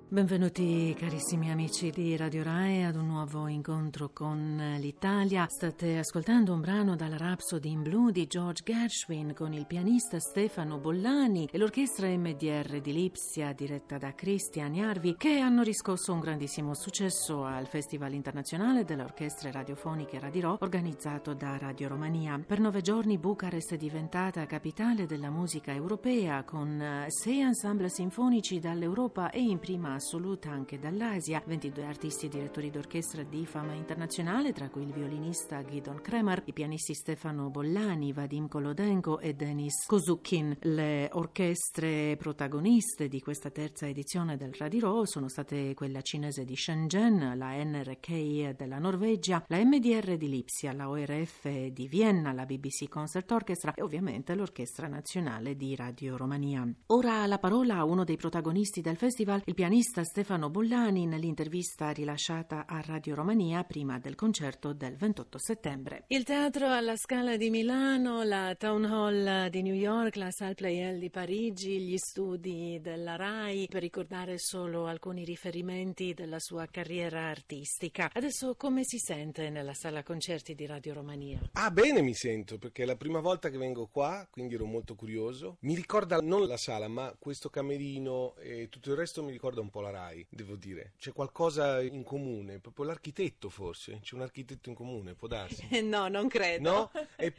Benvenuti carissimi amici di Radio Rai ad un nuovo incontro con l'Italia. State ascoltando un brano dalla Rhapsody in Blue di George Gershwin con il pianista Stefano Bollani e l'orchestra MDR di Lipsia diretta da Cristian Jarvi, che hanno riscosso un grandissimo successo al Festival Internazionale delle Orchestre Radiofoniche Radirò organizzato da Radio Romania. Per 9 giorni Bucarest è diventata capitale della musica europea con 6 ensemble sinfonici dall'Europa e in prima assoluta anche dall'Asia, 22 artisti e direttori d'orchestra di fama internazionale, tra cui il violinista Gidon Kremer, i pianisti Stefano Bollani, Vadim Kolodenko e Denis Kozukin. Le orchestre protagoniste di questa terza edizione del Radirò sono state quella cinese di Shenzhen, la NRK della Norvegia, la MDR di Lipsia, la ORF di Vienna, la BBC Concert Orchestra e ovviamente l'Orchestra Nazionale di Radio Romania. Ora la parola a uno dei protagonisti del festival, il pianista Stefano Bollani, nell'intervista rilasciata a Radio Romania prima del concerto del 28 settembre. Il Teatro alla Scala di Milano, la Town Hall di New York, la Salle Pleyel di Parigi, gli studi della Rai, per ricordare solo alcuni riferimenti della sua carriera artistica. Adesso come si sente nella sala concerti di Radio Romania? Bene mi sento, perché è la prima volta che vengo qua, quindi ero molto curioso. Mi ricorda non la sala, ma questo camerino e tutto il resto mi ricorda un po' la Rai, devo dire. C'è qualcosa in comune, proprio l'architetto forse, c'è un architetto in comune, può darsi. No, non credo. No?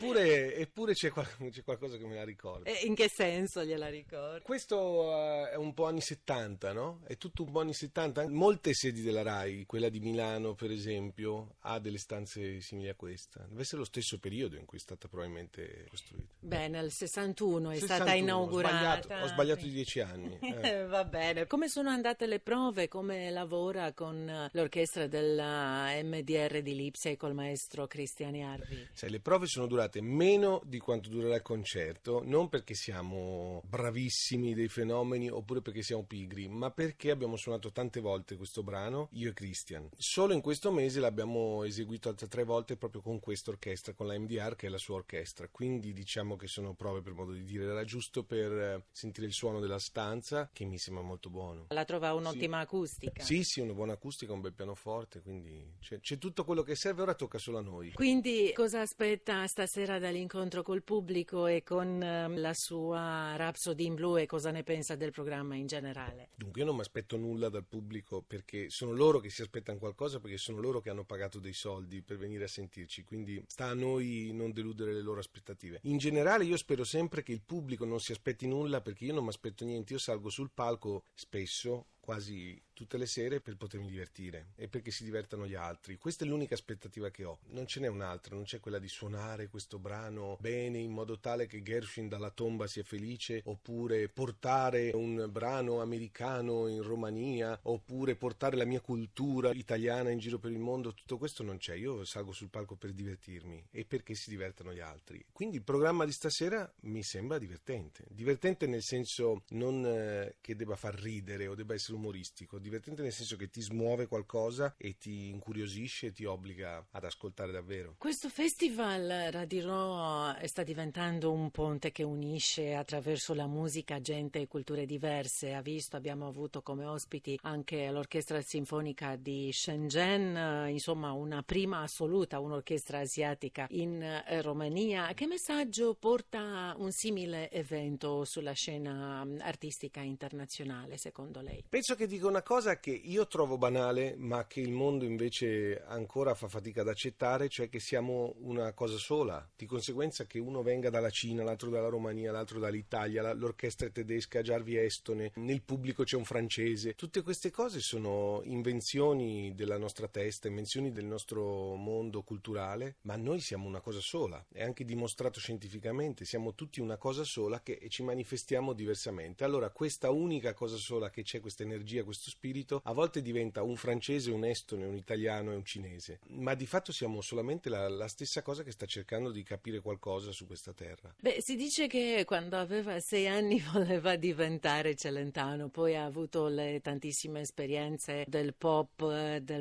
Eppure c'è qualcosa che me la ricorda. In che senso gliela ricordo? Questo è un po' anni 70, no? È tutto un po' anni 70. Molte sedi della Rai, quella di Milano per esempio, ha delle stanze simili a questa. Deve essere lo stesso periodo in cui è stata probabilmente costruita. Beh, nel 61 è stata inaugurata. Ho sbagliato di 10 anni. Va bene. Come sono andate le prove? Come lavora con l'orchestra della MDR di Lipsia e col maestro Cristian Jarvi? Sai, le prove sono durate meno di quanto durerà il concerto, non perché siamo bravissimi, dei fenomeni, oppure perché siamo pigri, ma perché abbiamo suonato tante volte questo brano, io e Cristian. Solo in questo mese l'abbiamo eseguito altre 3 volte proprio con questa orchestra, con la MDR che è la sua orchestra, quindi diciamo che sono prove, per modo di dire, era giusto per sentire il suono della stanza, che mi sembra molto buono. La trova un'ottima acustica? Sì, una buona acustica, un bel pianoforte, quindi c'è tutto quello che serve, ora tocca solo a noi. Quindi cosa aspetta stasera dall'incontro col pubblico e con la sua Rhapsody in Blue, e cosa ne pensa del programma in generale? Dunque io non mi aspetto nulla dal pubblico, perché sono loro che si aspettano qualcosa, perché sono loro che hanno pagato dei soldi per venire a sentirci, quindi sta a noi non deludere le loro aspettative. In generale io spero sempre che il pubblico non si aspetti nulla, perché io non mi aspetto niente, io salgo sul palco spesso, quasi tutte le sere, per potermi divertire e perché si divertano gli altri. Questa è l'unica aspettativa che ho, non ce n'è un'altra, non c'è quella di suonare questo brano bene in modo tale che Gershwin dalla tomba sia felice, oppure portare un brano americano in Romania, oppure portare la mia cultura italiana in giro per il mondo. Tutto questo non c'è, io salgo sul palco per divertirmi e perché si divertano gli altri. Quindi il programma di stasera mi sembra divertente nel senso non che debba far ridere o debba essere umoristico, divertente nel senso che ti smuove qualcosa e ti incuriosisce e ti obbliga ad ascoltare davvero. Questo festival Radirò sta diventando un ponte che unisce attraverso la musica gente e culture diverse. Abbiamo avuto come ospiti anche l'orchestra sinfonica di Shenzhen, insomma una prima assoluta, un'orchestra asiatica in Romania. Che messaggio porta un simile evento sulla scena artistica internazionale secondo lei? Penso che dica una cosa che io trovo banale, ma che il mondo invece ancora fa fatica ad accettare, cioè che siamo una cosa sola. Di conseguenza che uno venga dalla Cina, l'altro dalla Romania, l'altro dall'Italia, l'orchestra è tedesca, Jarvi estone, nel pubblico c'è un francese. Tutte queste cose sono invenzioni della nostra testa, invenzioni del nostro mondo culturale, ma noi siamo una cosa sola. È anche dimostrato scientificamente, siamo tutti una cosa sola e ci manifestiamo diversamente. Allora questa unica cosa sola che c'è, questa energia, questo spirito, a volte diventa un francese, un estone, un italiano e un cinese, ma di fatto siamo solamente la stessa cosa che sta cercando di capire qualcosa su questa terra. Si dice che quando aveva 6 anni voleva diventare Celentano, poi ha avuto le tantissime esperienze del pop, del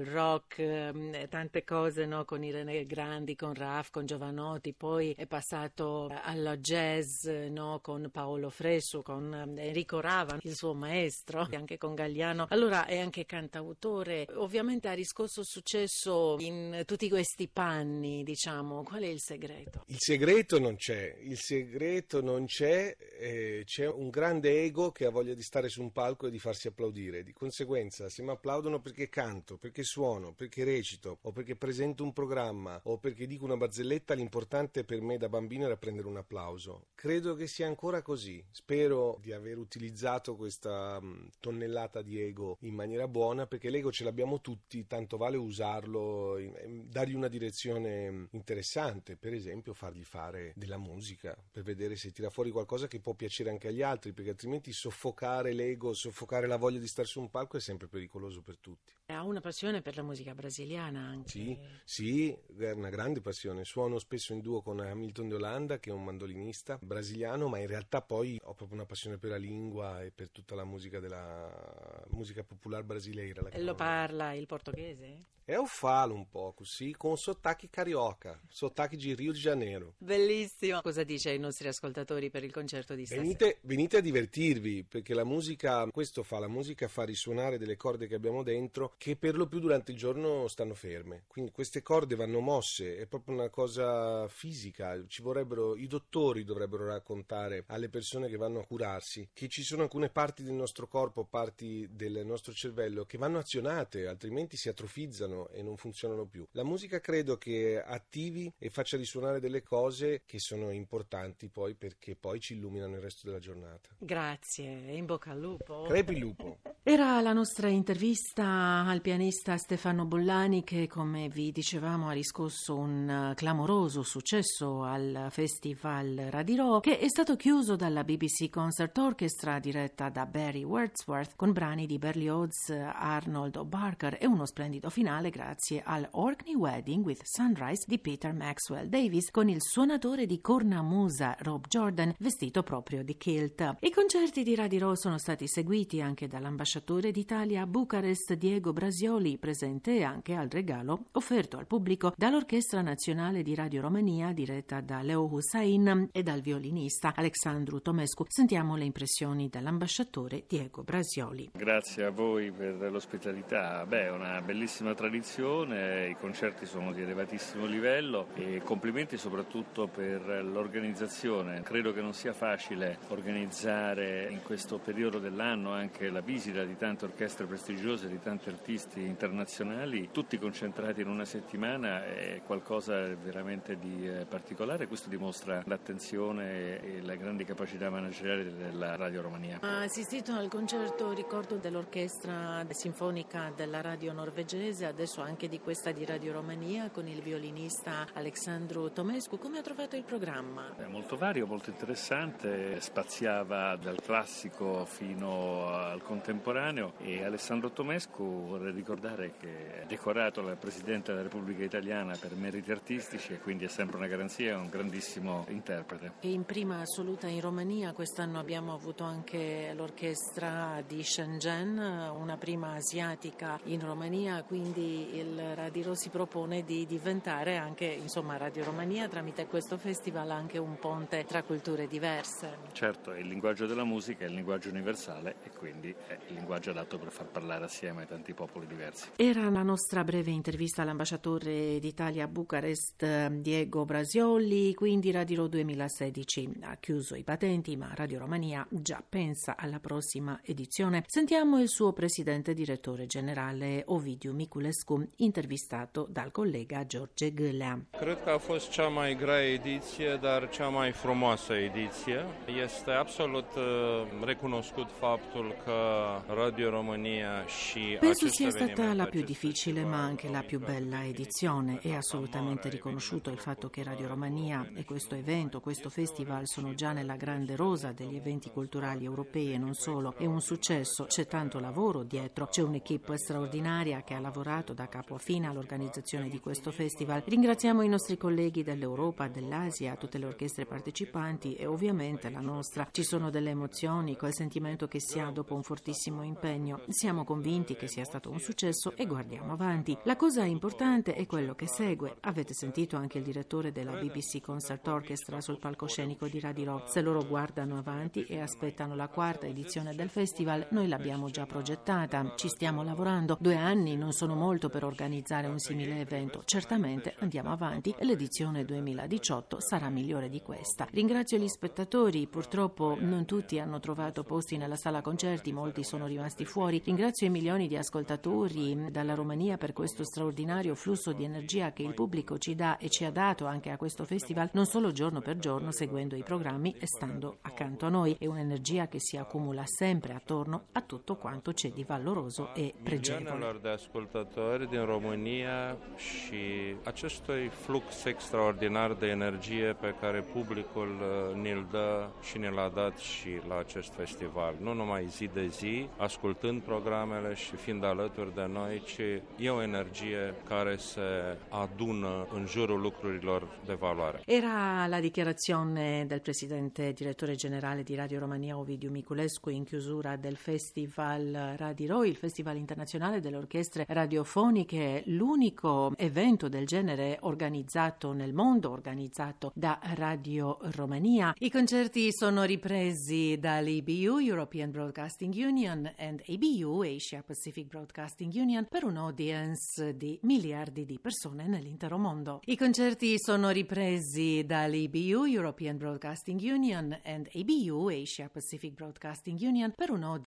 rock, tante cose, no? Con Irene Grandi, con Raf, con Giovanotti, poi è passato allo jazz, no? Con Paolo Fresu, con Enrico Rava, il suo maestro, e anche con Galliano. Allora è anche cantautore, ovviamente ha riscosso successo in tutti questi panni, diciamo. Qual è il segreto? Il segreto non c'è, c'è un grande ego che ha voglia di stare su un palco e di farsi applaudire. Di conseguenza, se mi applaudono perché canto, perché suono, perché recito, o perché presento un programma, o perché dico una barzelletta, l'importante per me da bambino era prendere un applauso. Credo che sia ancora così. Spero di aver utilizzato questa tonnellata di ego in maniera buona, perché l'ego ce l'abbiamo tutti, tanto vale usarlo, dargli una direzione interessante, per esempio fargli fare della musica, per vedere se tira fuori qualcosa che può piacere anche agli altri, perché altrimenti soffocare l'ego, soffocare la voglia di stare su un palco è sempre pericoloso per tutti. Ha una passione per la musica brasiliana anche. Sì, è una grande passione. Suono spesso in duo con Hamilton de Holanda, che è un mandolinista brasiliano, ma in realtà poi ho proprio una passione per la lingua e per tutta la musica della musica popolare brasileira. E lo parla il portoghese? Eu falo un po' così, con sottacchi carioca, sottacchi di Rio de Janeiro. Bellissimo. Cosa dice ai nostri ascoltatori per il concerto di stasera? Venite a divertirvi, perché la musica fa risuonare delle corde che abbiamo dentro, che per lo più durante il giorno stanno ferme. Quindi queste corde vanno mosse, è proprio una cosa fisica. I dottori dovrebbero raccontare alle persone che vanno a curarsi che ci sono alcune parti del nostro corpo, parti del nostro cervello che vanno azionate, altrimenti si atrofizzano e non funzionano più. La musica credo che attivi e faccia risuonare delle cose che sono importanti poi, perché poi ci illuminano il resto della giornata. Grazie, in bocca al lupo. Crepi il lupo. Era la nostra intervista al pianista Stefano Bollani, che, come vi dicevamo, ha riscosso un clamoroso successo al Festival Radirò, che è stato chiuso dalla BBC Concert Orchestra diretta da Barry Wordsworth con brani di Berlioz, Arnold Barker e uno splendido finale grazie al Orkney Wedding with Sunrise di Peter Maxwell Davies con il suonatore di cornamusa Rob Jordan vestito proprio di kilt. I concerti di Radirò sono stati seguiti anche dall'ambasciatore d'Italia a Bucarest Diego Brasioli, presente anche al regalo offerto al pubblico dall'Orchestra Nazionale di Radio Romania diretta da Leo Hussein e dal violinista Alexandru Tomescu. Sentiamo le impressioni dall'ambasciatore Diego Brasioli. Grazie a voi per l'ospitalità. È una bellissima tradizione, i concerti sono di elevatissimo livello e complimenti soprattutto per l'organizzazione. Credo che non sia facile organizzare in questo periodo dell'anno anche la visita di tante orchestre prestigiose, di tanti artisti internazionali, tutti concentrati in una settimana, è qualcosa veramente di particolare. Questo dimostra l'attenzione e la grande capacità manageriale della Radio Romania. Ha assistito al concerto, ricordo, dell'orchestra sinfonica della radio norvegese, adesso anche di questa di Radio Romania con il violinista Alexandru Tomescu. Come ha trovato il programma? È molto vario, molto interessante, spaziava dal classico fino al contemporaneo e Alessandro Tomescu, vorrei ricordare che è decorato dal Presidente della Repubblica Italiana per meriti artistici e quindi è sempre una garanzia, è un grandissimo interprete. E in prima assoluta in Romania quest'anno abbiamo avuto anche l'orchestra di Shenzhen, una prima asiatica in Romania, quindi il Radirò si propone di diventare anche, Radio Romania tramite questo festival anche un ponte tra culture diverse. Certo, il linguaggio della musica è il linguaggio universale e quindi è il linguaggio adatto per far parlare assieme tanti popoli diversi. Era la nostra breve intervista all'ambasciatore d'Italia a Bucarest Diego Brasioli. Quindi Radirò 2016 ha chiuso i patenti, ma Radio Romania già pensa alla prossima edizione. Sentiamo il suo presidente direttore generale Ovidiu Miculescu, intervistato dal collega George Gâlea. Cred că a fost cea mai grea ediție, dar cea mai frumoasă ediție. Este absolut recunoscut faptul că Radio Romania și Penso sia stata la più difficile ma anche la più bella edizione. È assolutamente riconosciuto il fatto che Radio Romania e questo evento, questo festival sono già nella grande rosa degli eventi culturali europei e non solo. È un successo, c'è tanto lavoro dietro, c'è un'equipe straordinaria che ha lavorato da capo a fine all'organizzazione di questo festival. Ringraziamo i nostri colleghi dell'Europa, dell'Asia, tutte le orchestre partecipanti e ovviamente la nostra. Ci sono delle emozioni, quel sentimento che si ha dopo un fortissimo grandissimo impegno. Siamo convinti che sia stato un successo e guardiamo avanti. La cosa importante è quello che segue. Avete sentito anche il direttore della BBC Concert Orchestra sul palcoscenico di Radirò. Se loro guardano avanti e aspettano la quarta edizione del festival, noi l'abbiamo già progettata. Ci stiamo lavorando. 2 anni non sono molto per organizzare un simile evento. Certamente andiamo avanti e l'edizione 2018 sarà migliore di questa. Ringrazio gli spettatori. Purtroppo non tutti hanno trovato posti nella sala concerti, molti sono rimasti fuori. Ringrazio i milioni di ascoltatori dalla Romania per questo straordinario flusso di energia che il pubblico ci dà e ci ha dato anche a questo festival, non solo giorno per giorno seguendo i programmi e stando accanto a noi. È un'energia che si accumula sempre attorno a tutto quanto c'è di valoroso e pregevole. Milioanelor de ascultători din România și acestui flux extraordinar de energie pe care publicul ne-l dă și ne l-a dat și la acest festival. Nu numai zi de zi, ascultând programele și fiind alături de noi, ci e o energie care se adună în jurul lucrurilor de valoare. Era la dichiarazione del presidente direttore generale di Radio Romania Ovidiu Miculescu in chiusura del festival Radirò, il festival internazionale delle orchestre radiofoniche, l'unico evento del genere organizzato nel mondo, organizzato da Radio Romania. I concerti sono ripresi dall'EBU, European Broadcasting Union, and ABU, Asia Pacific Broadcasting Union, per un'audience di miliardi di persone nell'intero mondo. I concerti sono ripresi dall'EBU, European Broadcasting Union, and ABU, Asia Pacific Broadcasting Union, per un'audience